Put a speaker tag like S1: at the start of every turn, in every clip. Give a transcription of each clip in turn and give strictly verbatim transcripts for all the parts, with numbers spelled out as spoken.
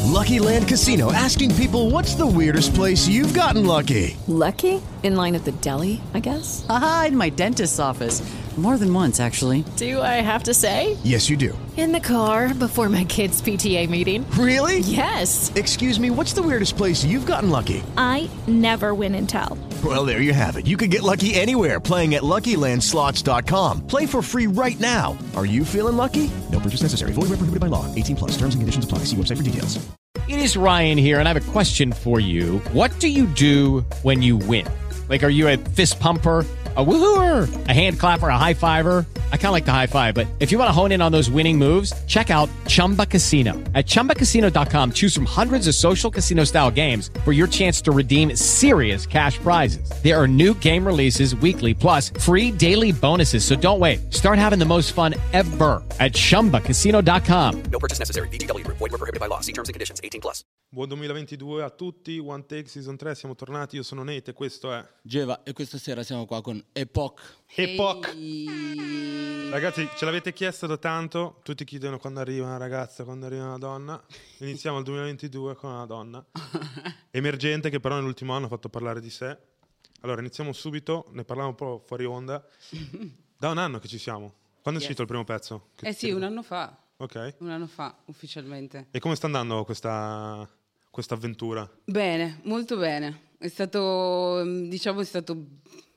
S1: Lucky Land Casino, asking people, what's the weirdest place you've gotten lucky?
S2: Lucky? In line at the deli, I guess?
S3: Aha, in my dentist's office. More than once, actually.
S2: Do I have to say?
S1: Yes, you do.
S2: In the car before my kids' P T A meeting.
S1: Really?
S2: Yes.
S1: Excuse me, what's the weirdest place you've gotten lucky?
S4: I never win and tell.
S1: Well, there you have it. You can get lucky anywhere, playing at Lucky Land Slots dot com. Play for free right now. Are you feeling lucky? No purchase necessary. Void where prohibited by law. eighteen plus. Terms and conditions apply. See website for details.
S5: It is Ryan here, and I have a question for you. What do you do when you win? Like, are you a fist pumper, a woohooer, a hand clapper, a high fiver? I kind of like the high five, but if you want to hone in on those winning moves, check out Chumba Casino. At chumba casino dot com, choose from hundreds of social casino style games for your chance to redeem serious cash prizes. There are new game releases weekly, plus free daily bonuses. So don't wait. Start having the most fun ever at chumba casino dot com.
S6: No purchase necessary. V G W. Void where prohibited by law. See terms and conditions. eighteen plus.
S7: Buon duemilaventidue a tutti. One Take Season tre. Siamo tornati. Io sono Nate e questo è
S8: Geva, e questa sera siamo qua con Epoch.
S7: Epoch. Ragazzi, ce l'avete chiesto da tanto. Tutti chiedono quando arriva una ragazza, quando arriva una donna. Iniziamo il duemilaventidue con una donna emergente che però nell'ultimo anno ha fatto parlare di sé. Allora iniziamo subito. Ne parliamo un po' fuori onda. Da un anno che ci siamo. Quando è
S9: Yes.
S7: uscito il primo pezzo? Che
S9: Eh sì, un anno fa.
S7: Ok.
S9: Un anno fa, ufficialmente.
S7: E come sta andando questa questa avventura?
S9: Bene, molto bene. È stato, diciamo, è stato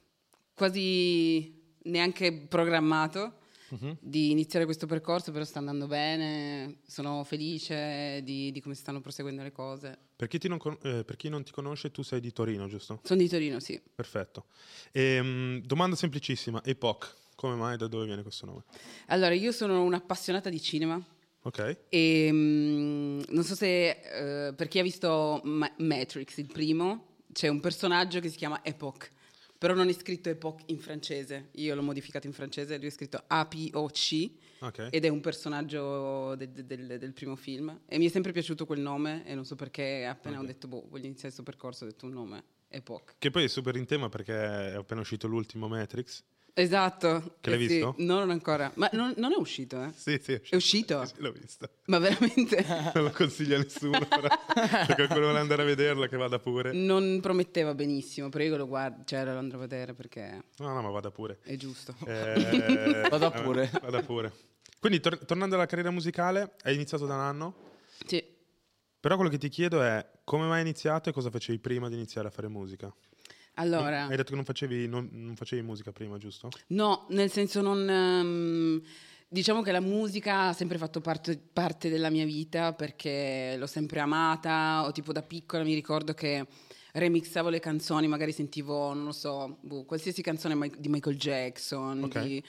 S9: quasi neanche programmato
S7: Mhm.
S9: di iniziare questo percorso, però sta andando bene. Sono felice di, di come stanno proseguendo le cose.
S7: Per chi, ti non con- eh, per chi non ti conosce, tu sei di Torino, giusto?
S9: Sono di Torino, sì.
S7: Perfetto. Ehm, domanda semplicissima. Epoch. Come mai? Da dove viene questo nome?
S9: Allora, io sono un'appassionata di cinema.
S7: Ok.
S9: E mm, non so se eh, per chi ha visto Ma- Matrix, il primo, c'è un personaggio che si chiama Epoch, però non è scritto Epoch in francese. Io l'ho modificato in francese, lui è scritto A P O C
S7: Ok.
S9: ed è un personaggio de- de- del, del primo film. E mi è sempre piaciuto quel nome e non so perché appena
S7: Ok.
S9: ho detto boh, voglio iniziare questo percorso, ho detto un nome, Epoch.
S7: Che poi è super in tema perché è appena uscito l'ultimo Matrix.
S9: Esatto.
S7: Che l'hai
S9: Eh sì.
S7: visto?
S9: No, non ancora. Ma non, non è uscito, eh?
S7: Sì, sì.
S9: È uscito?
S7: Sì, sì, l'ho visto.
S9: Ma veramente?
S7: Non lo consiglio a nessuno, però. Se qualcuno vuole andare a vederlo, che vada pure.
S9: Non prometteva benissimo, però io lo guardo, cioè lo andrò a vedere perché
S7: No, no, ma vada pure.
S9: è giusto.
S7: Eh,
S8: Vada pure.
S7: eh, Vada pure. Quindi, tor- tornando alla carriera musicale, hai iniziato da un anno,
S9: Sì.
S7: però quello che ti chiedo è come mai hai iniziato e cosa facevi prima di iniziare a fare musica?
S9: Allora,
S7: Hai detto che non facevi, non, non facevi musica prima, giusto?
S9: no, nel senso non... ehm, diciamo che la musica ha sempre fatto parte, parte della mia vita perché l'ho sempre amata, o tipo da piccola mi ricordo che remixavo le canzoni, magari sentivo, non lo so, boh, qualsiasi canzone mi- di Michael Jackson,
S7: Ok.
S9: di-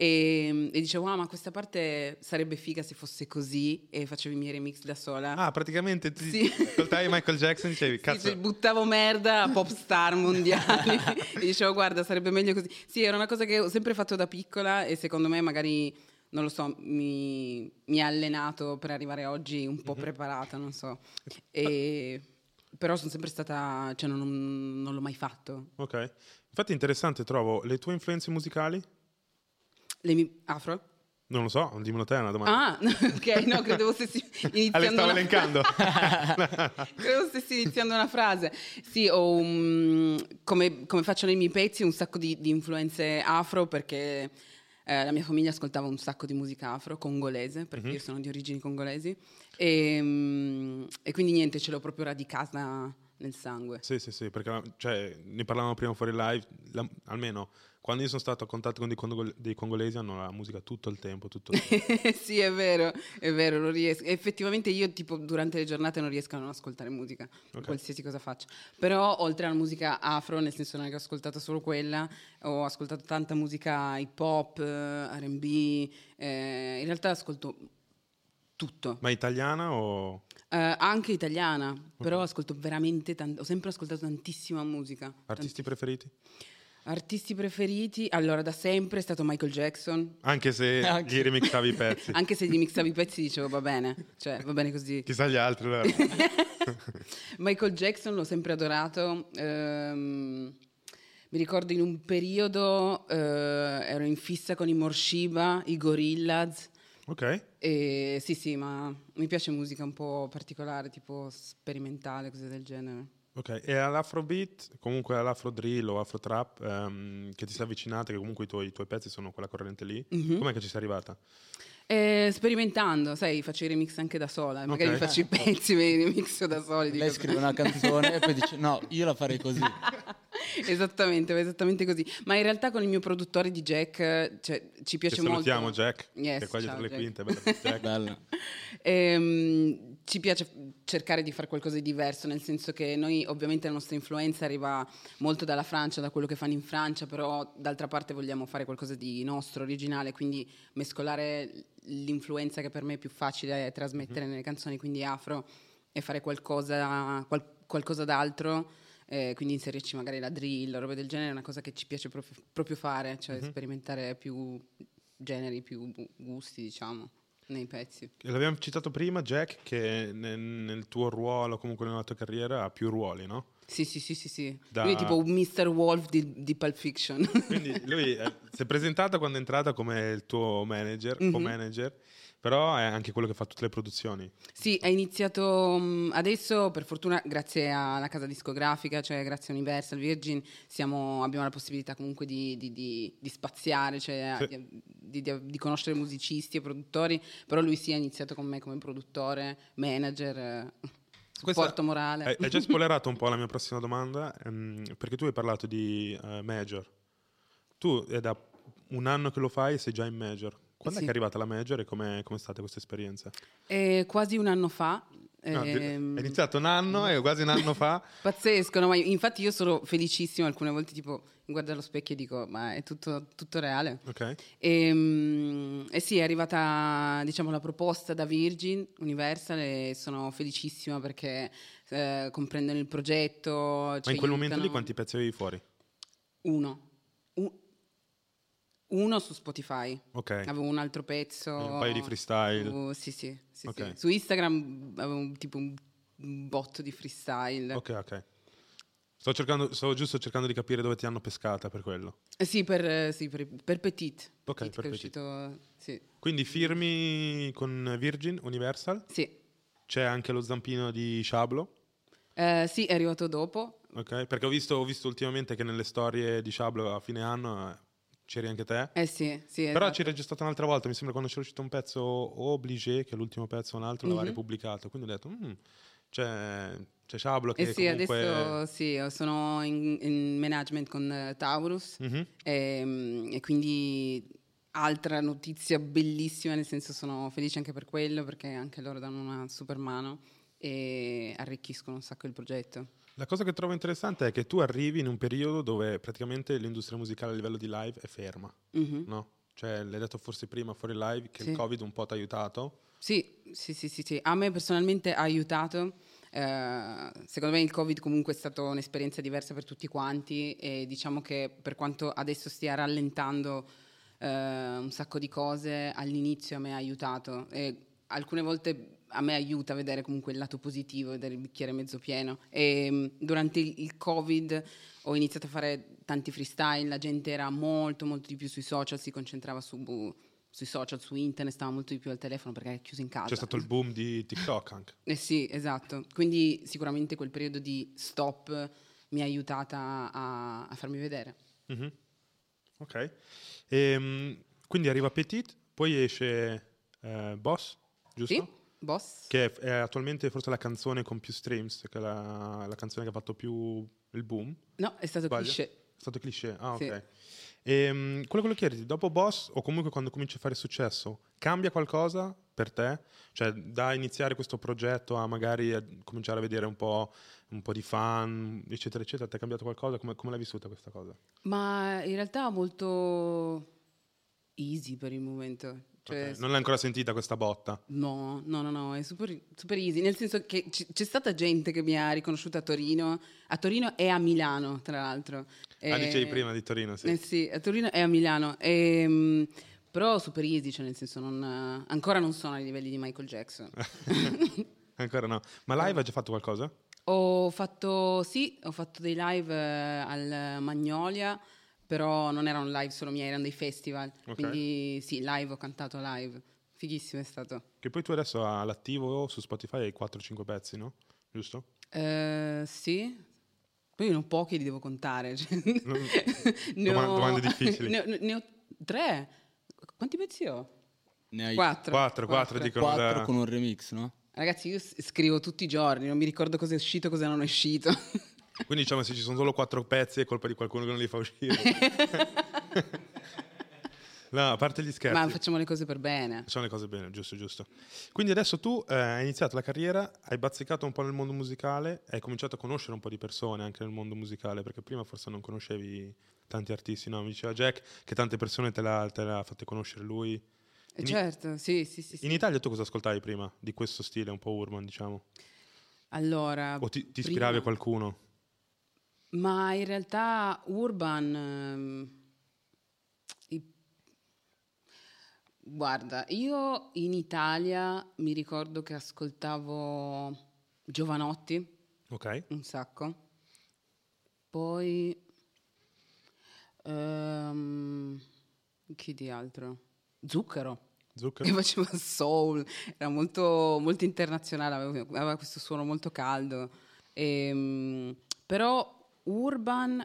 S9: e, e dicevo, ah, ma questa parte sarebbe figa se fosse così, e facevo i miei remix da sola.
S7: Ah, praticamente ti
S9: Sì.
S7: ascoltavi Michael Jackson e dicevi,
S9: Sì,
S7: cazzo,
S9: cioè, buttavo merda a pop star mondiali e dicevo guarda sarebbe meglio così. Sì, era una cosa che ho sempre fatto da piccola e secondo me magari, non lo so, mi, mi ha allenato per arrivare oggi un po' preparata, non so. E, però sono sempre stata, cioè non, non l'ho mai fatto.
S7: ok. Infatti è interessante, trovo, le tue influenze musicali?
S9: Le mi- afro?
S7: Non lo so, dimmelo te, è una domanda.
S9: Ah, ok, no, credevo stessi iniziando
S7: Ah, le stavo
S9: una-
S7: elencando.
S9: Credevo stessi iniziando una frase. Sì, ho un- come, come faccio nei miei pezzi un sacco di, di influenze afro perché eh, la mia famiglia ascoltava un sacco di musica afro, congolese, perché
S7: Mhm.
S9: io sono di origini congolesi. E, mm, e quindi niente, ce l'ho proprio radicata nel sangue.
S7: Sì, sì, sì, perché la- cioè, ne parlavamo prima fuori live, la- almeno quando io sono stato a contatto con dei, congol- dei congolesi hanno la musica tutto il tempo, tutto il tempo.
S9: Sì, è vero, è vero, non riesco. Effettivamente io tipo durante le giornate non riesco a non ascoltare musica,
S7: Ok.
S9: qualsiasi cosa faccio. Però oltre alla musica afro, nel senso non è che ho ascoltato solo quella, ho ascoltato tanta musica hip hop, eh, R and B, eh, in realtà ascolto tutto.
S7: Ma italiana o...
S9: Eh, anche italiana, però ascolto veramente tanto, ho sempre ascoltato tantissima musica.
S7: artisti preferiti?
S9: Artisti preferiti? Allora, da sempre è stato Michael Jackson.
S7: Anche se
S8: Anche.
S7: gli remixavi i pezzi.
S9: Anche se gli mixavi i pezzi dicevo va bene, cioè va bene così.
S7: Chissà gli altri, allora.
S9: Michael Jackson l'ho sempre adorato. ehm, mi ricordo in un periodo eh, ero in fissa con i Morshiba, i Gorillaz,
S7: Ok.
S9: E sì, sì, ma mi piace musica un po' particolare, tipo sperimentale, cose del genere.
S7: Ok, e all'afrobeat, comunque all'afro drill o afro trap, ehm, che ti sei avvicinata, che comunque i tuoi, i tuoi pezzi sono quella corrente lì,
S9: Mhm.
S7: com'è che ci sei arrivata?
S9: Eh, sperimentando, sai, faccio i remix anche da sola, magari
S7: Ok.
S9: faccio i pezzi, me li remixo da soli.
S8: Lei
S9: dico-
S8: scrive una canzone e poi dice no, io la farei così.
S9: Esattamente, esattamente così. Ma in realtà con il mio produttore di Jack, cioè, ci piace
S7: Che
S9: molto.
S7: salutiamo Jack,
S9: Yes,
S7: che è qua dietro
S9: ciao,
S7: le
S9: Jack.
S7: quinte. bella Jack.
S8: Bello.
S9: Ehm, ci piace cercare di fare qualcosa di diverso, nel senso che noi ovviamente la nostra influenza arriva molto dalla Francia, da quello che fanno in Francia, però d'altra parte vogliamo fare qualcosa di nostro, originale, quindi mescolare l'influenza che per me è più facile trasmettere nelle canzoni, quindi afro, e fare qualcosa, qual- qualcosa d'altro, eh, quindi inserirci magari la drill, robe del genere, è una cosa che ci piace proprio, proprio fare, cioè sperimentare più generi, più gu- gusti, diciamo, nei pezzi.
S7: E l'abbiamo citato prima, Jack, che nel, nel tuo ruolo, comunque nella tua carriera, ha più ruoli, no?
S9: Sì, sì, sì, sì, sì.
S7: Da-
S9: Lui è tipo un mister Wolf di, di Pulp Fiction.
S7: Quindi lui eh, si è presentata quando è entrata come il tuo manager,
S9: Mhm.
S7: co-manager, però è anche quello che fa tutte le produzioni.
S9: Sì, è iniziato mh, adesso, per fortuna, grazie alla casa discografica, cioè grazie a Universal, Virgin, siamo- abbiamo la possibilità comunque di, di- di- di spaziare, cioè
S7: Sì.
S9: di, di- di- di conoscere musicisti e produttori, però lui sì ha iniziato con me come produttore, manager, eh,
S7: Questa-
S9: supporto morale.
S7: Hai, hai già spoilerato un po' la mia prossima domanda, ehm, perché tu hai parlato di eh, major. Tu è da un anno che lo fai e sei già in major. Quando
S9: Sì.
S7: è che è arrivata la major e com'è, com'è stata questa esperienza?
S9: Eh, quasi un anno fa.
S7: No, di-
S9: ehm,
S7: è iniziato un anno e quasi un anno fa.
S9: Pazzesco, no? Ma infatti io sono felicissima alcune volte, tipo mi guardo allo specchio e dico ma è tutto, tutto reale.
S7: Ok.
S9: E, mm, e sì, è arrivata diciamo la proposta da Virgin Universal e sono felicissima perché eh, comprendono il progetto.
S7: Ma in quel momento lì quanti pezzi avevi fuori?
S9: Uno. U- uno su Spotify.
S7: Ok.
S9: Avevo un altro pezzo.
S7: Un paio di freestyle.
S9: su- sì, sì, sì,
S7: Ok.
S9: sì. Su Instagram avevo un- tipo un, un botto di freestyle.
S7: Ok, ok. Sto, cercando, sto giusto cercando di capire dove ti hanno pescata per quello.
S9: Eh sì, per, eh, sì, per, per Petit.
S7: Ok,
S9: Petit
S7: per
S9: che è
S7: Petit.
S9: uscito. Sì.
S7: Quindi firmi con Virgin, Universal.
S9: Sì.
S7: C'è anche lo zampino di Shablo.
S9: Eh, sì, è arrivato dopo.
S7: Ok, perché ho visto, ho visto ultimamente che nelle storie di Shablo a fine anno eh, c'eri anche te.
S9: Eh sì, sì.
S7: Però
S9: esatto.
S7: ci era già stata un'altra volta, mi sembra quando c'era uscito un pezzo o Obligé, che è l'ultimo pezzo, un altro, l'aveva
S9: Mhm.
S7: ripubblicato. Quindi ho detto, "Mm, c'è, c'è Shablo che
S9: Eh sì,
S7: comunque...
S9: adesso sì, sono in, in management con eh, Taurus
S7: Mhm.
S9: e, mm, e quindi altra notizia bellissima, nel senso sono felice anche per quello perché anche loro danno una super mano e arricchiscono un sacco il progetto.
S7: La cosa che trovo interessante è che tu arrivi in un periodo dove praticamente l'industria musicale a livello di live è ferma,
S9: Mhm.
S7: no? Cioè, l'hai detto forse prima fuori live che
S9: Sì.
S7: il Covid un po' ti ha aiutato.
S9: Sì, sì, sì, sì, sì. A me personalmente ha aiutato. Eh, secondo me il Covid comunque è stata un'esperienza diversa per tutti quanti e diciamo che per quanto adesso stia rallentando eh, un sacco di cose, all'inizio a me ha aiutato e alcune volte a me aiuta a vedere comunque il lato positivo, vedere il bicchiere mezzo pieno. E mh, durante il, il Covid ho iniziato a fare tanti freestyle, la gente era molto molto di più sui social, si concentrava su, sui social, su internet, stava molto di più al telefono perché è chiuso in casa.
S7: C'è stato il boom di TikTok anche.
S9: Eh sì, esatto. Quindi sicuramente quel periodo di stop mi ha aiutata a, a farmi vedere.
S7: Mhm. Ok. Ehm, quindi arriva Petit, poi esce eh, Boss, giusto?
S9: Sì, Boss.
S7: Che è, è attualmente forse la canzone con più streams, che è la, la canzone che ha fatto più il boom.
S9: No, è stato
S7: Sbaglio?
S9: cliché.
S7: È stato cliché, ah ok.
S9: Sì.
S7: Ehm, quello che lo chiedi, dopo Boss o comunque quando cominci a fare successo, cambia qualcosa per te? Cioè da iniziare questo progetto a magari a cominciare a vedere un po', un po' di fan, eccetera, eccetera, ti è cambiato qualcosa? Come, come l'hai vissuta questa cosa?
S9: Ma in realtà molto easy per il momento. Cioè,
S7: Ok, non l'hai ancora sentita questa botta?
S9: No, no, no, no, è super, super easy, nel senso che c- c'è stata gente che mi ha riconosciuto a Torino, a Torino e a Milano, tra l'altro.
S7: Ah,
S9: Eh,
S7: dicevi prima di Torino, sì.
S9: Eh sì, a Torino e a Milano. Ehm, però super easy, cioè nel senso non, ancora non sono ai livelli di Michael Jackson.
S7: Ancora no. Ma live hai già fatto qualcosa?
S9: Ho fatto, sì, ho fatto dei live eh, al Magnolia, però non erano live solo miei, erano dei festival.
S7: Ok.
S9: Quindi sì, live, ho cantato live. fighissimo è stato.
S7: Che poi tu adesso all'attivo su Spotify hai quattro cinque pezzi, no? Giusto?
S9: Eh, sì. Poi non pochi li devo contare. Cioè,
S7: No,
S9: ne
S7: domande-
S9: ho-
S7: domande difficili.
S9: Ne ho, ne ho tre. Quanti pezzi ho?
S8: Ne hai
S9: Quattro.
S7: Quattro, quattro dicono
S8: quattro
S7: da-
S8: con un remix, no?
S9: Ragazzi, io s- scrivo tutti i giorni, non mi ricordo cosa è uscito, cosa non è uscito.
S7: Quindi diciamo se ci sono solo quattro pezzi è colpa di qualcuno che non li fa uscire. No, a parte gli scherzi.
S9: Ma facciamo le cose per bene.
S7: Facciamo le cose bene, giusto, giusto. Quindi adesso tu eh, hai iniziato la carriera, hai bazzicato un po' nel mondo musicale, hai cominciato a conoscere un po' di persone anche nel mondo musicale, perché prima forse non conoscevi tanti artisti, no? Mi diceva Jack che tante persone te l'ha, te l'ha fatte conoscere lui.
S9: Eh,
S7: In,
S9: certo, sì, sì, sì. sì.
S7: in Italia tu cosa ascoltavi prima di questo stile un po' urban, diciamo?
S9: Allora,
S7: O ti, ti
S9: prima-
S7: ispiravi a qualcuno?
S9: Ma in realtà urban... ehm, i- Guarda, io in Italia mi ricordo che ascoltavo Giovanotti
S7: Ok.
S9: un sacco. Poi... ehm, chi di altro? Zucchero.
S7: Zucchero?
S9: Che faceva soul, era molto, molto internazionale, aveva, aveva questo suono molto caldo. Ehm, però urban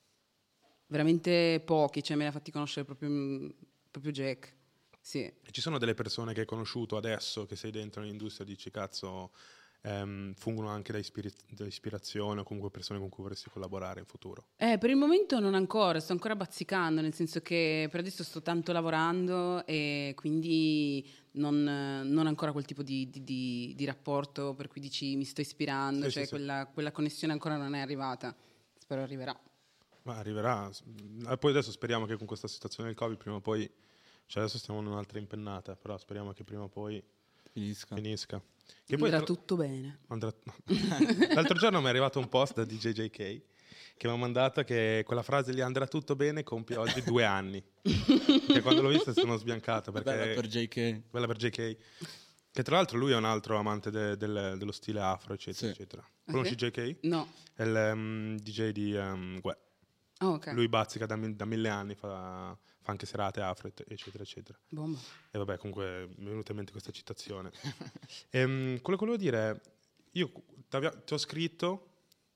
S9: veramente pochi, cioè me ne ha fatti conoscere proprio, proprio Jack. Sì.
S7: E ci sono delle persone che hai conosciuto adesso che sei dentro nell'industria e dici cazzo ehm, fungono anche da, ispiri- da ispirazione o comunque persone con cui vorresti collaborare in futuro?
S9: Eh, per il momento non ancora, sto ancora bazzicando, nel senso che per adesso sto tanto lavorando e quindi non, non ancora quel tipo di, di- di- di rapporto per cui dici mi sto ispirando,
S7: Sì,
S9: cioè
S7: sì, sì.
S9: quella, quella connessione ancora non è arrivata, spero arriverà.
S7: Ma arriverà. Eh, Poi adesso speriamo che con questa situazione del Covid prima o poi, cioè adesso stiamo in un'altra impennata, però speriamo che prima o poi
S8: Finisca.
S7: finisca. Che poi
S9: Andrà
S7: tra-
S9: tutto bene.
S7: andrà- L'altro giorno mi è arrivato un post da D J J K che mi ha mandato che quella frase lì andrà tutto bene compie oggi due anni. Che quando l'ho vista sono sbiancato perché
S8: Bella per J K.
S7: Bella per J K. Che tra l'altro lui è un altro amante de- del- dello stile afro, eccetera,
S8: Sì.
S7: eccetera. Conosci
S9: sì?
S7: J K?
S9: No.
S7: È il um, D J di um, Gue.
S9: Ah, ok.
S7: Lui bazzica da, mi- da mille anni, fa, fa anche serate afro, et- eccetera, eccetera.
S9: Bomba.
S7: E vabbè, comunque mi è venuta in mente questa citazione. Ehm, quello che volevo dire è, io t'avia- ti ho scritto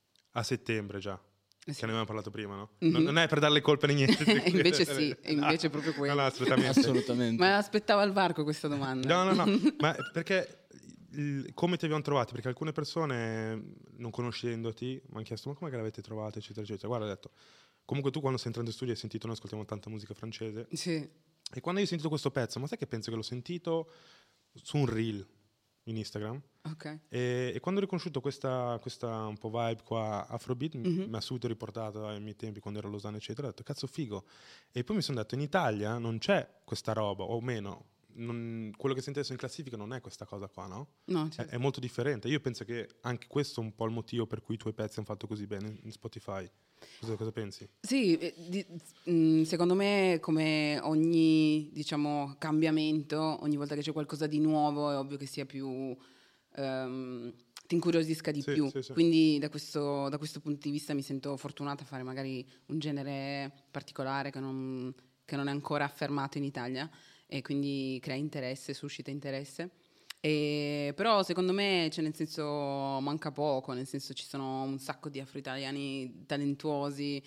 S7: a settembre già,
S9: Eh sì.
S7: che ne avevamo parlato prima, no?
S9: Mhm.
S7: Non, non è per darle colpe né niente.
S9: Invece sì, e invece è proprio quello.
S7: No, no, assolutamente.
S8: Assolutamente.
S9: Ma aspettavo al varco questa domanda.
S7: No, no, no, ma perché il- come ti abbiamo trovati? Perché alcune persone, non conoscendoti, mi hanno chiesto ma come che l'avete trovata, eccetera, eccetera. Guarda, ho detto, comunque tu quando sei entrato in studio hai sentito, noi ascoltiamo tanta musica francese,
S9: Sì.
S7: e quando io ho sentito questo pezzo, ma sai che penso che l'ho sentito su un reel in Instagram?
S9: Ok.
S7: E, e quando ho riconosciuto questa, questa un po' vibe qua Afrobeat, m-
S9: Mhm.
S7: mi ha subito riportato ai miei tempi quando ero a Losanna, eccetera. Ho detto, cazzo figo. E poi mi sono detto, in Italia non c'è questa roba, o meno, non- quello che sento adesso in classifica non è questa cosa qua, no?
S9: No,
S7: È,
S9: certo.
S7: è molto differente. Io penso che anche questo è un po' il motivo per cui i tuoi pezzi hanno fatto così bene in Spotify. Cosa, cosa pensi?
S9: Sì, eh, di- mh, secondo me come ogni diciamo, cambiamento, ogni volta che c'è qualcosa di nuovo è ovvio che sia più... ehm, ti incuriosisca di
S7: Sì,
S9: più.
S7: sì, sì.
S9: Quindi da questo, da questo punto di vista mi sento fortunata a fare magari un genere particolare che non, che non è ancora affermato in Italia e quindi crea interesse, suscita interesse. E, però secondo me, cioè, nel senso, manca poco, nel senso ci sono un sacco di afro-italiani talentuosi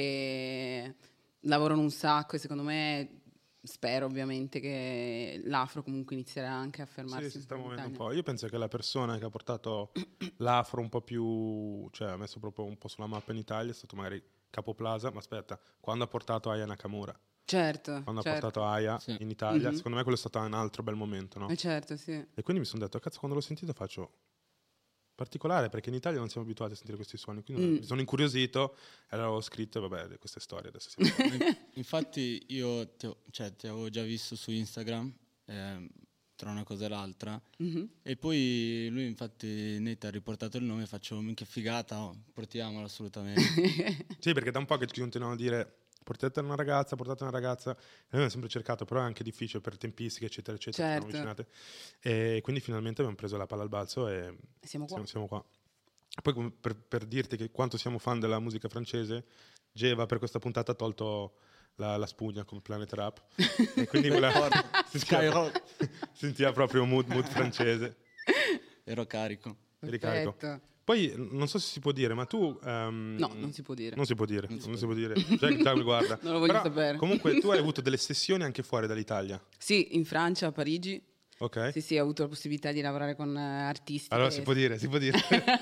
S9: che lavorano un sacco e secondo me, spero ovviamente che l'afro comunque inizierà anche a fermarsi.
S7: Sì, si sta
S9: in
S7: muovendo un
S9: Italia.
S7: po'. Io penso che la persona che ha portato l'afro un po' più, cioè ha messo proprio un po' sulla mappa in Italia è stato magari Capo Plaza, ma aspetta, quando ha portato Aya Nakamura,
S9: Certo,
S7: quando
S9: certo.
S7: ha portato Aya
S8: Sì.
S7: in Italia,
S9: Mhm.
S7: secondo me quello è stato un altro bel momento, no?
S9: Eh, certo, sì.
S7: E quindi mi sono detto, cazzo, quando l'ho sentito faccio particolare, perché in Italia non siamo abituati a sentire questi suoni, quindi
S9: Mm.
S7: mi sono incuriosito e allora ho scritto, e vabbè, queste storie adesso siamo...
S8: Infatti io ti, ho- cioè, ti avevo già visto su Instagram ehm, tra una cosa e l'altra
S9: Mhm.
S8: e poi lui infatti Nate ha riportato il nome e faccio minchia figata, oh, portiamolo assolutamente.
S7: Sì, perché da un po' che ci continuano a dire portate una ragazza, portate una ragazza, e noi abbiamo sempre cercato, però è anche difficile per tempistiche, eccetera, eccetera,
S9: Certo.
S7: sono avvicinate. E quindi finalmente abbiamo preso la palla al balzo e
S9: Siamo qua.
S7: siamo, siamo qua. Poi come per, per dirti che quanto siamo fan della musica francese, Geva per questa puntata ha tolto la, la spugna con Planet Rap e quindi voleva, sentiva, sentiva proprio mood, mood francese.
S8: Ero carico.
S7: Eri carico.
S9: Perfetto.
S7: Poi non so se si può dire, ma tu um,
S9: No, non si può dire.
S7: Non si può dire,
S9: Non si
S7: non
S9: può
S7: si può dire. Cioè, già mi guarda.
S9: Non lo voglio
S7: Però,
S9: sapere.
S7: Comunque tu hai avuto delle sessioni anche fuori dall'Italia.
S9: Sì, in Francia, a Parigi.
S7: Ok.
S9: Sì, sì, ho avuto la possibilità di lavorare con eh, artisti.
S7: Allora
S9: che-
S7: si può dire, si può dire.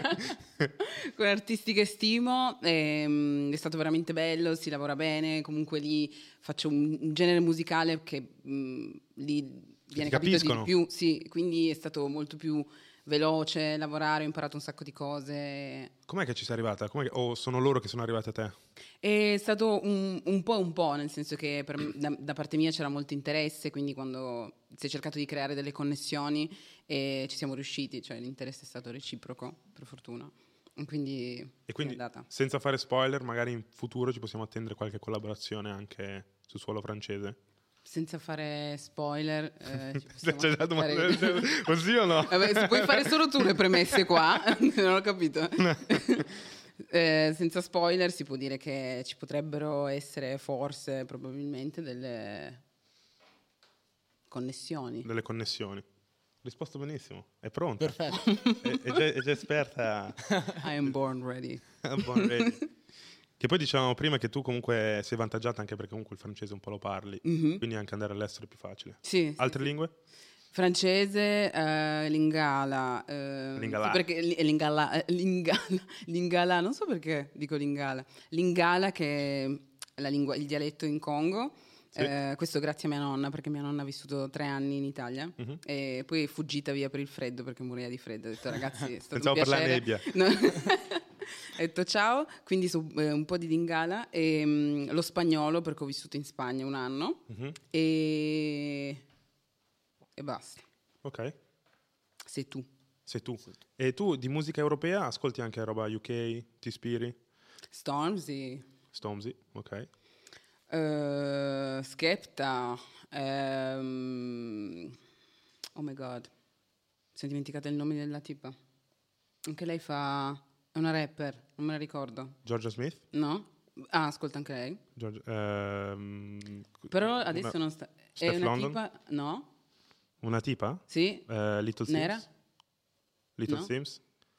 S9: con artisti che stimo, ehm, è stato veramente bello, si lavora bene, comunque lì faccio un, un genere musicale che mh, lì viene
S7: ti
S9: capito
S7: capiscono.
S9: di più, sì, quindi è stato molto più veloce lavorare, ho imparato un sacco di cose.
S7: Com'è che ci sei arrivata? Com'è che- O sono loro che sono arrivati a te?
S9: È stato un, un po' un po', nel senso che per me- da, da parte mia c'era molto interesse, quindi quando si è cercato di creare delle connessioni e ci siamo riusciti, cioè l'interesse è stato reciproco, per fortuna. E quindi,
S7: E quindi,
S9: è andata.
S7: senza fare spoiler, magari in futuro ci possiamo attendere qualche collaborazione anche su suolo francese?
S9: Senza fare spoiler, eh, ci possiamo
S7: C'è già domanda
S9: fare-
S7: del genere. Così o no?
S9: Vabbè, se puoi fare solo tu le premesse qua, non ho capito. Eh, senza spoiler si può dire che ci potrebbero essere forse, probabilmente, delle connessioni.
S7: Delle connessioni. Risposto benissimo. È pronta.
S8: Perfetto.
S7: È, è già, è già esperta.
S9: I am born ready.
S7: Born ready. Che poi dicevamo prima che tu comunque sei vantaggiata anche perché comunque il francese un po' lo parli,
S9: Mhm.
S7: quindi anche andare all'estero è più facile.
S9: Sì, sì,
S7: Altre
S9: sì.
S7: lingue?
S9: Francese, eh, lingala, eh,
S7: Lingala.
S9: sì, perché li- lingala, eh, lingala, lingala, non so perché dico lingala, lingala che è la lingua, il dialetto in Congo.
S7: Sì.
S9: Eh, questo grazie a mia nonna, perché mia nonna ha vissuto tre anni in Italia
S7: Mhm.
S9: e poi è fuggita via per il freddo perché moriva di freddo. Ha detto ragazzi, è stato
S7: Pensavo
S9: un
S7: per la
S9: piacere.
S7: nebbia.
S9: No. Ha detto ciao, quindi so, eh, un po' di lingala e mm, lo spagnolo perché ho vissuto in Spagna un anno
S7: Mhm.
S9: e, e basta.
S7: Ok,
S9: Sei tu.
S7: sei tu. E tu di musica europea ascolti anche roba U K, ti ispiri?
S9: Stormzy,
S7: Stormzy, ok.
S9: eh, Skepta, ehm, oh my god, mi sono dimenticata il nome della tipa. Anche lei fa, è una rapper, non me la ricordo,
S7: Georgia Smith?
S9: no? Ah, ascolta anche lei.
S7: Georgia- ehm,
S9: Però adesso
S7: una-
S9: non sta, è
S7: Steph
S9: una
S7: London?
S9: tipa, no?
S7: Una tipa?
S9: Sì?
S7: Eh, Little
S9: Nera?
S7: Sims? Little
S9: No.
S7: Sims?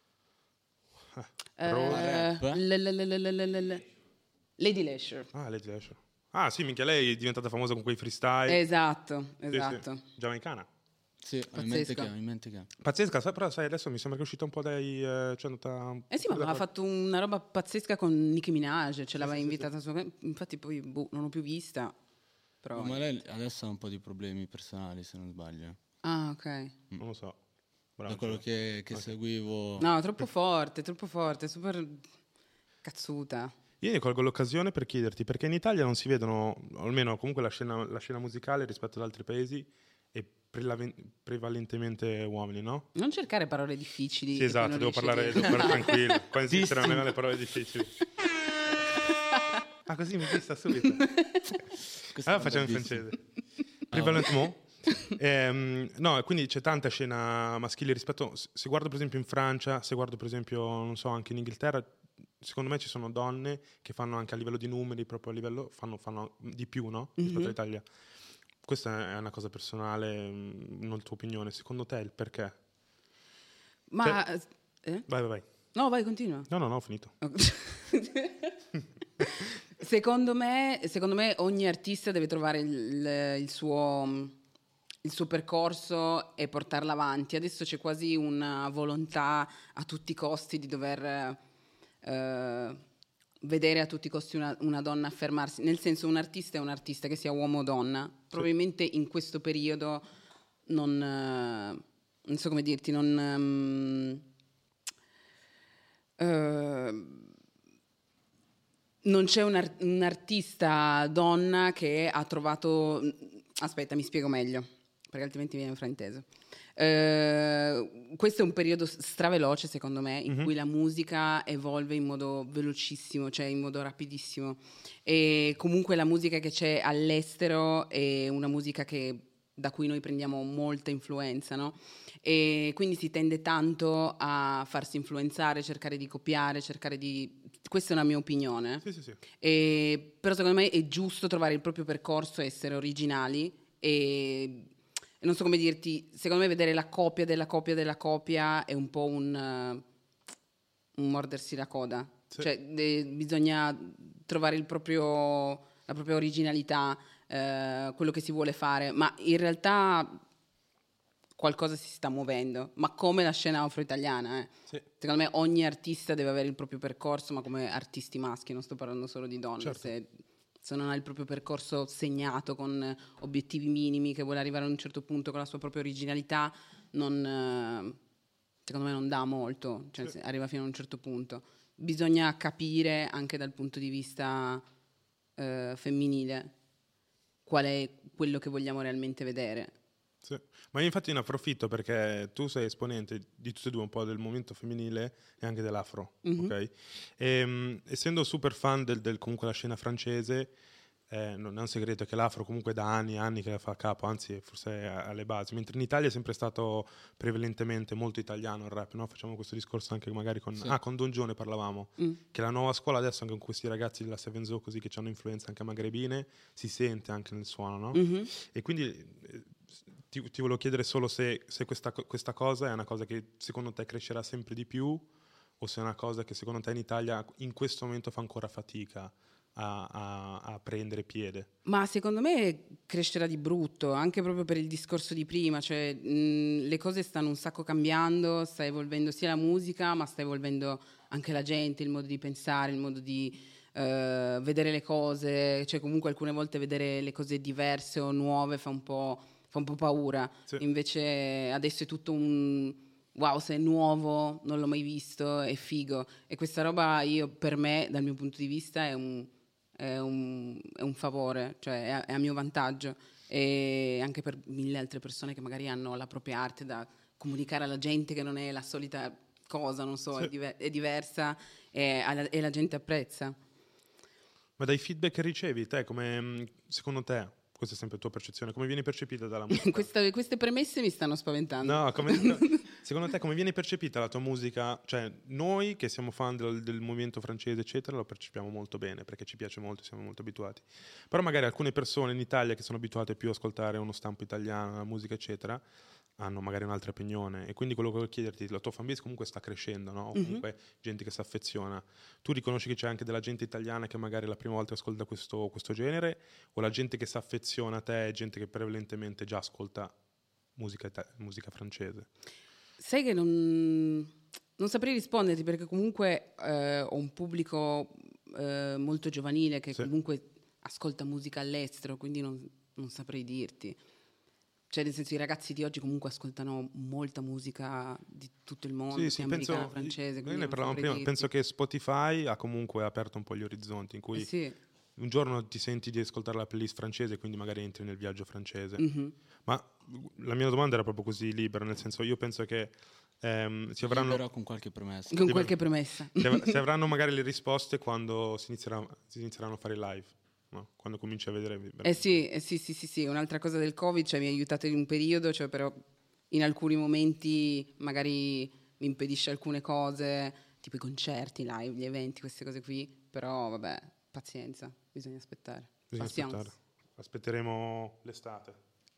S9: Eh,
S8: Rap?
S9: l- l- l- l- l- l- l- Lady Leisure.
S7: Ah, Lady Leisure. Ah, sì, minchia, lei è diventata famosa con quei freestyle.
S9: Esatto,
S7: Sì, sì.
S9: esatto.
S7: Giamaicana.
S8: Sì, ho in mente
S9: Pazzesca.
S8: che, ho in mente che.
S7: Pazzesca, sai, però sai, adesso mi sembra che è uscita un po' dai... Eh, cioè è andata...
S9: Eh sì, ma ha fatto una roba pazzesca con Nicki Minaj, ce l'aveva
S7: sì,
S9: invitata su... Infatti poi boh, non l'ho più vista. Però...
S8: Ma lei adesso ha un po' di problemi personali, se non sbaglio.
S9: Ah, ok.
S7: Non lo so. Bravo,
S8: Da quello
S7: cioè.
S8: che, che seguivo.
S9: No, troppo forte, troppo forte, super cazzuta.
S7: Io ne colgo l'occasione per chiederti, perché in Italia non si vedono, o almeno comunque la scena, la scena musicale rispetto ad altri paesi è prelaven- prevalentemente uomini, no?
S9: Non cercare parole difficili.
S7: Sì,
S9: che
S7: esatto,
S9: poi
S7: devo
S9: non
S7: parlare,
S9: riesci a
S7: devo
S9: dire.
S7: parlare tranquillo. Qua in Svizzera non avevano le parole difficili. Ah, così mi fissa subito.
S8: Questa
S7: Allora
S8: è
S7: facciamo in
S8: bellissima.
S7: francese. Prévalentement. Ehm, no, quindi c'è tanta scena maschile rispetto... Se guardo per esempio in Francia, se guardo per esempio, non so, anche in Inghilterra, secondo me ci sono donne che fanno anche a livello di numeri, proprio a livello... fanno, fanno di più, no? Rispetto
S9: Mhm.
S7: all'Italia. Questa è una cosa personale, mh, non la tua opinione. Secondo te il perché?
S9: Ma... eh?
S7: Vai, vai, vai.
S9: No, vai, continua.
S7: No, no, no, ho finito.
S9: Secondo me, secondo me ogni artista deve trovare il, il suo, il suo percorso e portarlo avanti. Adesso c'è quasi una volontà a tutti i costi di dover eh, vedere a tutti i costi una, una donna affermarsi. Nel senso, un artista è un artista, che sia uomo o donna. Probabilmente in questo periodo non, eh, non so come dirti, non... ehm, eh, non c'è un, ar- un artista donna che ha trovato... Aspetta, mi spiego meglio, perché altrimenti viene frainteso. Eh, questo è un periodo straveloce, secondo me, in
S7: Mhm.
S9: cui la musica evolve in modo velocissimo, cioè in modo rapidissimo. E comunque la musica che c'è all'estero è una musica che da cui noi prendiamo molta influenza, no? E quindi si tende tanto a farsi influenzare, cercare di copiare, cercare di... Questa è una mia opinione.
S7: Sì, sì, sì.
S9: E, però secondo me è giusto trovare il proprio percorso, essere originali e, e non so come dirti, secondo me vedere la copia della copia della copia è un po' un, uh, un mordersi la coda.
S7: Sì.
S9: Cioè de, bisogna trovare il proprio, la propria originalità, eh, quello che si vuole fare, ma in realtà qualcosa si sta muovendo, ma come la scena afro-italiana, eh.
S7: Sì.
S9: Secondo me ogni artista deve avere il proprio percorso, ma come artisti maschi, non sto parlando solo di donne.
S7: Certo.
S9: Se, se non ha il proprio percorso segnato con obiettivi minimi, che vuole arrivare a un certo punto con la sua propria originalità, non, eh, secondo me non dà molto, cioè
S7: Sì.
S9: arriva fino a un certo punto. Bisogna capire anche dal punto di vista eh, femminile qual è quello che vogliamo realmente vedere.
S7: Sì. Ma io infatti ne approfitto perché tu sei esponente di tutte e due un po' del movimento femminile e anche dell'afro,
S9: Mhm.
S7: ok? E, mh, essendo super fan del, del comunque la scena francese, eh, non è un segreto che l'afro comunque da anni e anni che la fa a capo, anzi forse è alle basi, mentre in Italia è sempre stato prevalentemente molto italiano il rap, no? Facciamo questo discorso anche magari con,
S8: Sì.
S7: ah, con Don Gione parlavamo,
S9: Mm.
S7: che la nuova scuola adesso anche con questi ragazzi della Seven Zoo così che hanno influenze anche magrebine, si sente anche nel suono, no?
S9: Mhm.
S7: E quindi eh, ti, ti volevo chiedere solo se, se questa, co- questa cosa è una cosa che secondo te crescerà sempre di più o se è una cosa che secondo te in Italia in questo momento fa ancora fatica a, a- a prendere piede.
S9: Ma secondo me crescerà di brutto, anche proprio per il discorso di prima, cioè mh, le cose stanno un sacco cambiando, sta evolvendo sia la musica, ma sta evolvendo anche la gente, il modo di pensare, il modo di eh, vedere le cose, cioè comunque alcune volte vedere le cose diverse o nuove fa un po', fa un po' paura.
S7: Sì.
S9: Invece adesso è tutto un wow, se è nuovo, non l'ho mai visto, è figo. E questa roba io, per me, dal mio punto di vista, è un, è un, è un favore, cioè è, è a mio vantaggio. E anche per mille altre persone che magari hanno la propria arte da comunicare alla gente, che non è la solita cosa, non so,
S7: Sì.
S9: è, diver- è diversa e, alla- e la gente apprezza.
S7: Ma dai feedback che ricevi, te come mh, secondo te, questa è sempre tua percezione, come vieni percepita dalla musica?
S9: Questa- queste premesse mi stanno spaventando.
S7: No, come- no, secondo te come viene percepita la tua musica? Cioè, noi che siamo fan del, del movimento francese, eccetera, lo percepiamo molto bene perché ci piace molto, siamo molto abituati. Però magari alcune persone in Italia che sono abituate più a ascoltare uno stampo italiano, la musica, eccetera, hanno magari un'altra opinione. E quindi quello che voglio chiederti, la tua fanbase comunque sta crescendo, no? O comunque gente che si affeziona. Tu riconosci che c'è anche della gente italiana che magari la prima volta ascolta questo, questo genere? O la gente che si affeziona a te è gente che prevalentemente già ascolta musica, ita- musica francese?
S9: Sai che non, non saprei risponderti perché comunque eh, ho un pubblico eh, molto giovanile che
S7: Sì.
S9: comunque ascolta musica all'estero, quindi non, non saprei dirti. Cioè, nel senso, i ragazzi di oggi comunque ascoltano molta musica di tutto il mondo,
S7: Sì,
S9: sia
S7: sì, penso,
S9: americana, francese.
S7: noi
S9: quindi
S7: ne
S9: non
S7: parlavamo
S9: saprei
S7: prima,
S9: dirti.
S7: penso che Spotify ha comunque aperto un po' gli orizzonti, in cui
S9: Eh sì.
S7: un giorno ti senti di ascoltare la playlist francese, quindi magari entri nel viaggio francese.
S9: Mhm.
S7: Ma la mia domanda era proprio così libera, nel senso io penso che ehm, si avranno...
S8: Libero con qualche promessa.
S9: Con
S7: Sì,
S9: qualche
S7: beh.
S9: premessa.
S7: Si, av- si avranno magari le risposte quando si, inizierà- si inizieranno a fare i live, no? Quando cominci a vedere...
S9: Eh sì, eh sì, sì, sì, sì, un'altra cosa del Covid, cioè mi ha aiutato in un periodo, cioè però in alcuni momenti magari mi impedisce alcune cose, tipo i concerti, i live, gli eventi, queste cose qui, però vabbè, pazienza, bisogna aspettare.
S7: Bisogna
S9: Patience.
S7: aspettare. Aspetteremo l'estate.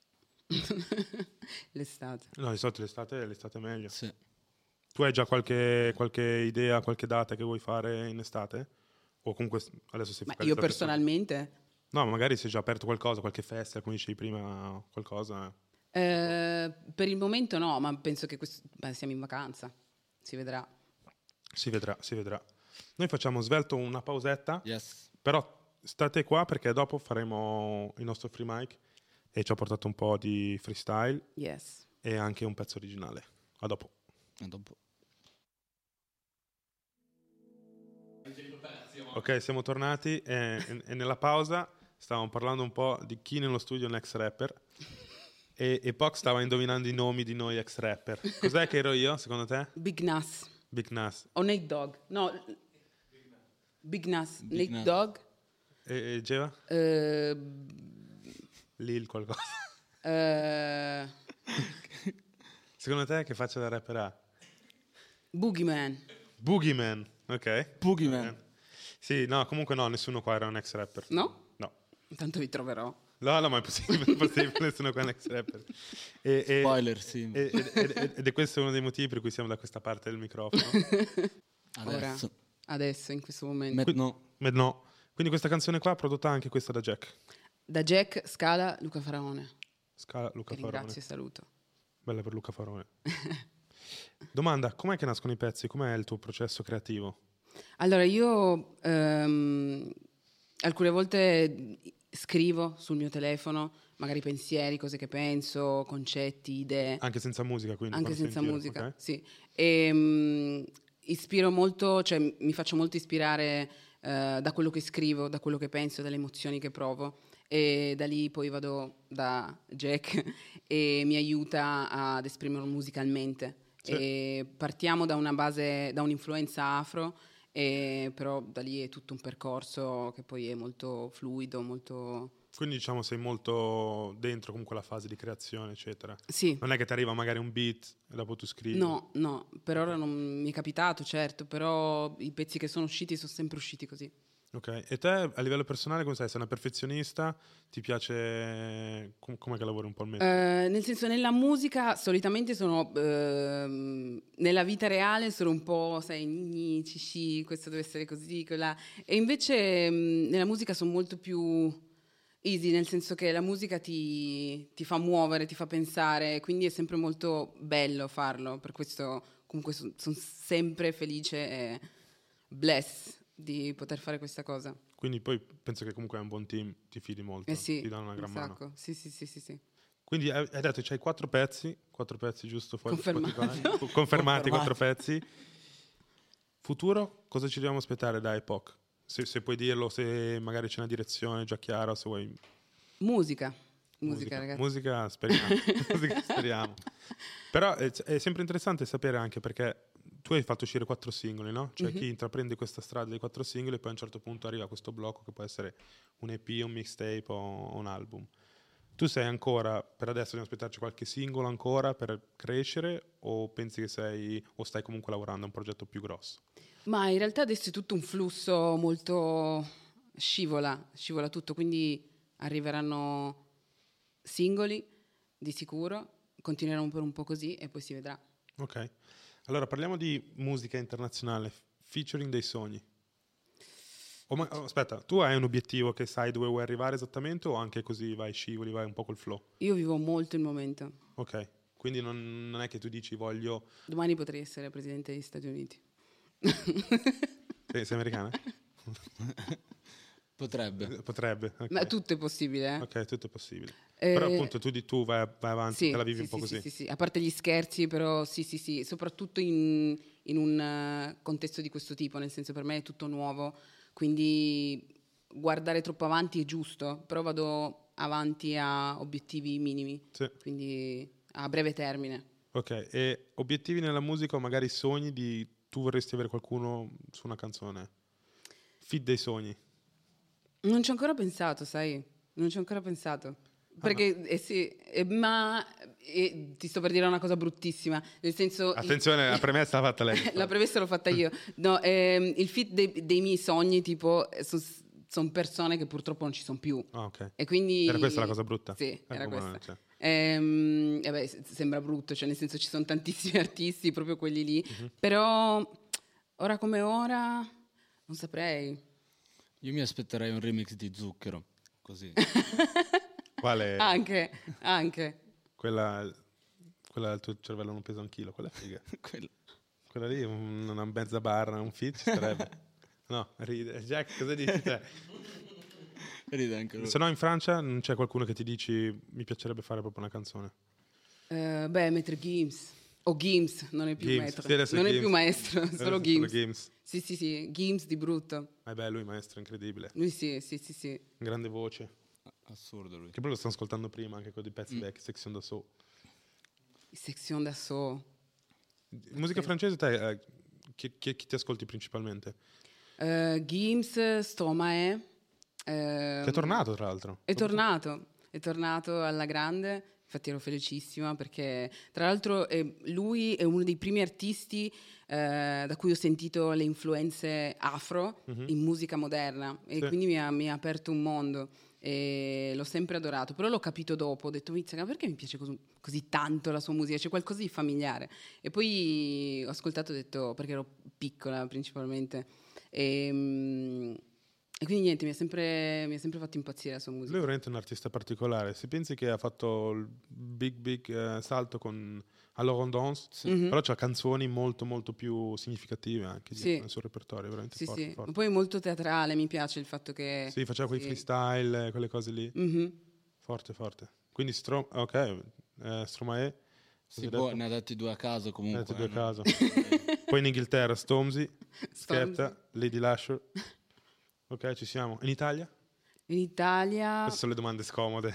S9: L'estate.
S7: No, di solito l'estate, l'estate è meglio.
S8: Sì.
S7: Tu hai già qualche, qualche idea, qualche data che vuoi fare in estate? O comunque s- adesso sei
S9: Ma
S7: focalizzato
S9: io
S7: su-
S9: personalmente,
S7: No, ma magari si è già aperto qualcosa, qualche festa, come dicevi prima, qualcosa.
S9: eh, per il momento no, ma penso che questo, beh, siamo in vacanza, si vedrà.
S7: Si vedrà, si vedrà. Noi facciamo svelto una pausetta,
S8: Yes.
S7: però state qua perché dopo faremo il nostro free mic e ci ha portato un po' di freestyle
S9: Yes.
S7: e anche un pezzo originale. A dopo.
S8: E dopo.
S7: Ok, siamo tornati e, e- e nella pausa stavamo parlando un po' di chi nello studio è un ex rapper e, e Poc stava indovinando i nomi di noi ex rapper. Cos'è che ero io, secondo te?
S9: Big Nas
S7: Big Nas.
S9: o Nate Dogg? No, Big Nas,
S8: Big
S9: Nate
S8: Nas.
S9: Dogg,
S7: E, e Geva?
S9: eh,
S7: Lil qualcosa.
S9: Eh,
S7: Secondo te che faccia da rapper ha?
S9: Boogeyman.
S7: Boogeyman, ok.
S8: Boogeyman.
S7: Sì, no, comunque no, nessuno qua era un ex rapper.
S9: No?
S7: No.
S9: Intanto vi troverò.
S7: No, no, ma è possibile, è possibile, nessuno qua è un ex rapper. E, e,
S8: Spoiler, sì.
S7: e- ed, ed- ed è questo uno dei motivi per cui siamo da questa parte del microfono.
S9: Ora,
S8: Adesso.
S9: adesso, in questo momento.
S8: Met- no.
S7: Ma no. Quindi questa canzone qua prodotta anche questa da Jack.
S9: Da Jack, Scala, Luca Faraone.
S7: Scala Luca
S9: Che
S7: Farone.
S9: ringrazio e saluto.
S7: Bella per Luca Farone. Domanda, com'è che nascono i pezzi? Com'è il tuo processo creativo?
S9: Allora, io ehm, alcune volte scrivo sul mio telefono, magari pensieri, cose che penso, concetti, idee.
S7: Anche senza musica, quindi?
S9: Anche
S7: quando
S9: senza
S7: sei in giro,
S9: musica,
S7: ok?
S9: sì. E, mm, ispiro molto, cioè mi faccio molto ispirare eh, da quello che scrivo, da quello che penso, dalle emozioni che provo. E da lì poi vado da Jack e mi aiuta ad esprimerlo musicalmente.
S7: Sì.
S9: E partiamo da una base, da un'influenza afro, e però da lì è tutto un percorso che poi è molto fluido, molto...
S7: Quindi diciamo sei molto dentro comunque la fase di creazione, eccetera.
S9: Sì.
S7: Non è che ti arriva magari un beat e dopo tu scrivi.
S9: No, no, per ora non mi è capitato, certo, però i pezzi che sono usciti sono sempre usciti così.
S7: Ok, e te a livello personale come sei? Sei una perfezionista? Ti piace... Com- com'è che lavori un po' al metodo?
S9: Eh, nel senso, nella musica solitamente sono, ehm, nella vita reale sono un po', sai, gni, cici, questo deve essere così, quella. E invece mh, nella musica sono molto più easy, nel senso che la musica ti, ti fa muovere, ti fa pensare, quindi è sempre molto bello farlo, per questo comunque sono son sempre felice e blessed di poter fare questa cosa.
S7: Quindi poi penso che comunque è un buon team, ti fidi molto,
S9: Eh sì,
S7: ti danno una gran
S9: un
S7: mano.
S9: sacco. Sì, sì, sì, sì, sì.
S7: Quindi hai hai detto che c'hai quattro pezzi, quattro pezzi giusto fuori
S9: Confermato.
S7: Spotify. Co- Confermati, quattro pezzi. Futuro, cosa ci dobbiamo aspettare da Epoch? Se, se puoi dirlo, se magari c'è una direzione già chiara, se vuoi...
S9: Musica. Musica, ragazzi.
S7: Musica speriamo. Musica speriamo. Però è, è sempre interessante sapere anche perché tu hai fatto uscire quattro singoli, no? Cioè
S9: Mhm.
S7: chi intraprende questa strada dei quattro singoli e poi a un certo punto arriva a questo blocco che può essere un E P, un mixtape o un album. Tu sei ancora, per adesso dobbiamo aspettarci qualche singolo ancora per crescere o pensi che sei, o stai comunque lavorando a un progetto più grosso?
S9: Ma in realtà adesso è tutto un flusso molto scivola, scivola tutto, quindi arriveranno singoli di sicuro, continueremo per un po' così e poi si vedrà.
S7: Ok. Allora parliamo di musica internazionale, featuring dei sogni. O ma- oh, aspetta, tu hai un obiettivo che sai dove vuoi arrivare esattamente o anche così vai scivoli, vai un po' col flow?
S9: Io vivo molto il momento.
S7: Ok, quindi non, non è che tu dici voglio...
S9: Domani potrei essere presidente degli Stati Uniti.
S7: Sei, sei americana?
S8: Potrebbe.
S7: Potrebbe. ok.
S9: Ma tutto è possibile, eh?
S7: Ok, tutto è possibile.
S9: Eh,
S7: Però appunto tu, di, tu vai, vai avanti,
S9: Sì,
S7: te la vivi
S9: sì,
S7: un po'
S9: sì,
S7: così.
S9: Sì, sì, sì. A parte gli scherzi, però sì, sì, sì, soprattutto in, in un eh, contesto di questo tipo, nel senso per me è tutto nuovo, quindi guardare troppo avanti è giusto, però vado avanti a obiettivi minimi,
S7: Sì.
S9: quindi a breve termine.
S7: Ok, e obiettivi nella musica o magari sogni di tu vorresti avere qualcuno su una canzone? Feed dei sogni.
S9: Non ci ho ancora pensato, sai? Non ci ho ancora pensato. Perché, eh sì, eh, ma eh, ti sto per dire una cosa bruttissima, nel senso...
S7: Attenzione, la premessa l'ha fatta lei.
S9: La premessa l'ho fatta io. No, ehm, il fit dei, dei miei sogni, tipo, sono persone che purtroppo non ci sono più.
S7: Ah, ok.
S9: E quindi...
S7: Era questa la cosa brutta?
S9: Sì,
S7: Eh,
S9: era
S7: come
S9: questa.
S7: no, cioè.
S9: Ehm, e beh, s- sembra brutto, cioè nel senso ci sono tantissimi artisti, proprio quelli lì.
S7: Mhm.
S9: Però, ora come ora, non saprei.
S8: Io mi aspetterei un remix di Zucchero, così.
S7: Quale?
S9: Anche, anche.
S7: Quella, quella del tuo cervello non pesa un chilo, quella è figa.
S8: Quello.
S7: Quella lì, un- una mezza barra, un feat, ci sarebbe. No, ride. Jack, cosa dici te?
S8: Ride anche lui.
S7: Se no in Francia non c'è qualcuno che ti dici mi piacerebbe fare proprio una canzone.
S9: Eh, beh, Maître Gims. O Gims, non è più
S7: Gims,
S9: maestro.
S7: sì, adesso è
S9: non è
S7: Gims.
S9: più maestro,
S7: Adesso
S9: solo
S7: è
S9: Gims.
S7: Gims.
S9: Sì, sì, sì, Gims di brutto.
S7: Eh beh, lui maestro, incredibile.
S9: Lui sì, sì, sì, sì.
S7: Grande voce.
S8: Assurdo lui.
S7: Che poi lo sto ascoltando prima anche con dei pezzi
S9: Mm.
S7: vecchi, Section d'Assaut.
S9: Section d'assaut.
S7: Musica francese, te, eh, chi, chi- chi ti ascolti principalmente?
S9: Eh, Gims, Stromae. ehm,
S7: Che è tornato, tra l'altro.
S9: È tornato, è tornato alla grande, infatti ero felicissima perché tra l'altro eh, lui è uno dei primi artisti eh, da cui ho sentito le influenze afro mm-hmm. in musica moderna e sì. quindi mi ha, mi ha aperto un mondo e l'ho sempre adorato, però l'ho capito dopo, ho detto Mizzica, perché mi piace così, così tanto la sua musica, c'è qualcosa di familiare e poi ho ascoltato e ho detto, perché ero piccola principalmente e, e quindi niente, mi ha sempre, mi ha sempre fatto impazzire la sua musica.
S7: Lui è veramente un artista particolare, se pensi che ha fatto il big big uh, salto con Allora Dance, sì. mm-hmm. però c'ha canzoni molto molto più significative anche sì. nel suo repertorio, veramente
S9: sì,
S7: forte,
S9: sì.
S7: forte.
S9: Poi molto teatrale, mi piace il fatto che
S7: sì, faceva quei sì. freestyle, quelle cose lì mm-hmm. forte forte. Quindi Strom- ok eh, Stromae
S8: sì, boh, ne ha dati due a caso comunque.
S7: Ne ha dati due a caso. Poi in Inghilterra Stormzy, Skepta, Lady Lasher. Ok, ci siamo. In Italia?
S9: In Italia
S7: queste sono le domande scomode.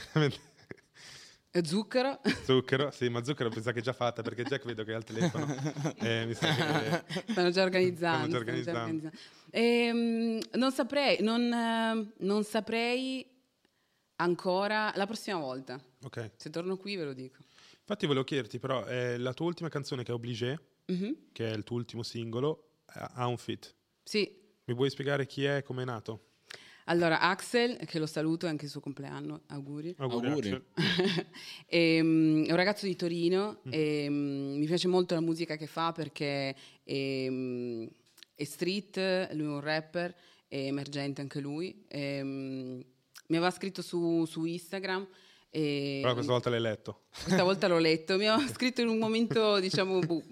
S9: Zucchero.
S7: Zucchero, sì, ma Zucchero pensa che è già fatta perché Jack vedo che è al telefono. Eh, mi sa che
S9: stanno già organizzando.
S7: Stanno già organizzando.
S9: Stanno già organizzando. Ehm, non saprei, non, eh, non saprei ancora la prossima volta.
S7: Ok.
S9: Se torno qui ve lo dico.
S7: Infatti volevo chiederti però, eh, la tua ultima canzone che è Obligé, mm-hmm. che è il tuo ultimo singolo, ha un feat.
S9: Sì.
S7: Mi vuoi spiegare chi è e come è nato?
S9: Allora, Axel, che lo saluto, è anche il suo compleanno, auguri.
S7: Auguri. auguri.
S9: e, um, è un ragazzo di Torino mm. e um, mi piace molto la musica che fa perché è, um, è street, lui è un rapper, è emergente anche lui. E, um, mi aveva scritto su, su Instagram. E,
S7: però questa volta l'hai letto.
S9: Questa volta l'ho letto, mi aveva scritto in un momento, diciamo, bu-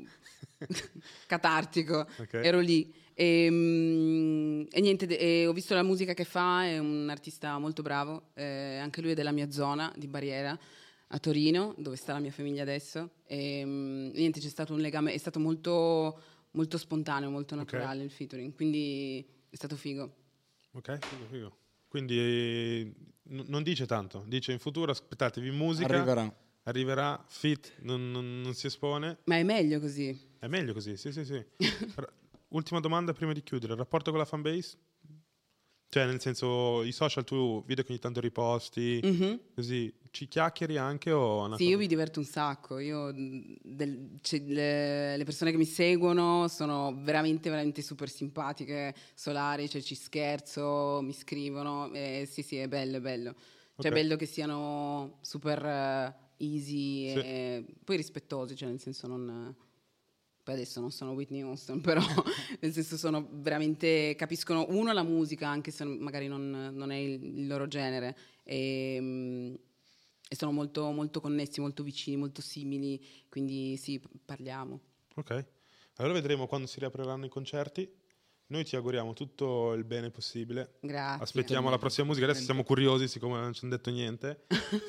S9: catartico, okay. Ero lì. E, e niente, e ho visto la musica che fa, è un artista molto bravo, eh, anche lui è della mia zona di Barriera a Torino, dove sta la mia famiglia adesso. E niente, c'è stato un legame, è stato molto, molto spontaneo, molto naturale okay. il featuring, quindi è stato figo.
S7: Ok, figo, figo. Quindi eh, n- non dice tanto, dice in futuro aspettatevi musica,
S8: arriverà,
S7: arriverà fit, non, non, non si espone.
S9: Ma è meglio così.
S7: È meglio così, sì, sì, sì. Ultima domanda prima di chiudere, il rapporto con la fanbase? Cioè, nel senso, i social tu vedo che ogni tanto riposti, mm-hmm. così, ci chiacchieri anche o una
S9: Sì,
S7: cosa?
S9: Io mi diverto un sacco, io, del, cioè, le, le persone che mi seguono sono veramente, veramente super simpatiche, solari, cioè ci scherzo, mi scrivono, eh, sì, sì, è bello, è bello. Cioè, okay. È bello che siano super uh, easy sì. e poi rispettosi, cioè nel senso non... Poi adesso non sono Whitney Houston, però nel senso sono veramente, capiscono uno la musica, anche se magari non, non è il, il loro genere, e, e sono molto, molto connessi, molto vicini, molto simili, quindi sì, parliamo.
S7: Ok, allora vedremo quando si riapriranno i concerti. Noi ti auguriamo tutto il bene possibile.
S9: Grazie.
S7: Aspettiamo la prossima musica. Adesso siamo curiosi, siccome non ci hanno detto niente.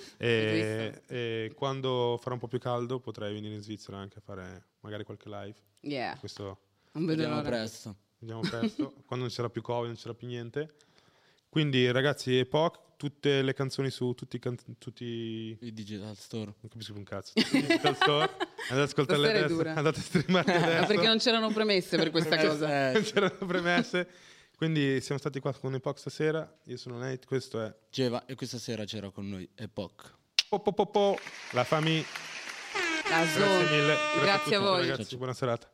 S7: e, e quando farà un po' più caldo potrai venire in Svizzera anche a fare magari qualche live.
S9: Yeah.
S7: Questo
S9: non vedo
S8: vediamo presto.
S7: Vediamo presto, quando non ci sarà più Covid, non ci sarà più niente. Quindi ragazzi, Epoch, tutte le canzoni su tutti i can- tutti
S8: i Digital Store.
S7: Non capisco un cazzo. Digital Store. Andate ad ascoltarle adesso, andate a streamare adesso.
S9: Ma perché non c'erano premesse per questa cosa.
S7: Eh. Non c'erano premesse. Quindi siamo stati qua con Epoch stasera. Io sono Nate, questo è
S8: Geva e questa sera c'era con noi Epoch.
S7: Po, po, po, po. La famiglia.
S9: La
S7: Grazie mille. Grazie,
S9: Grazie a,
S7: a tutti,
S9: voi.
S7: Ragazzi, buona serata.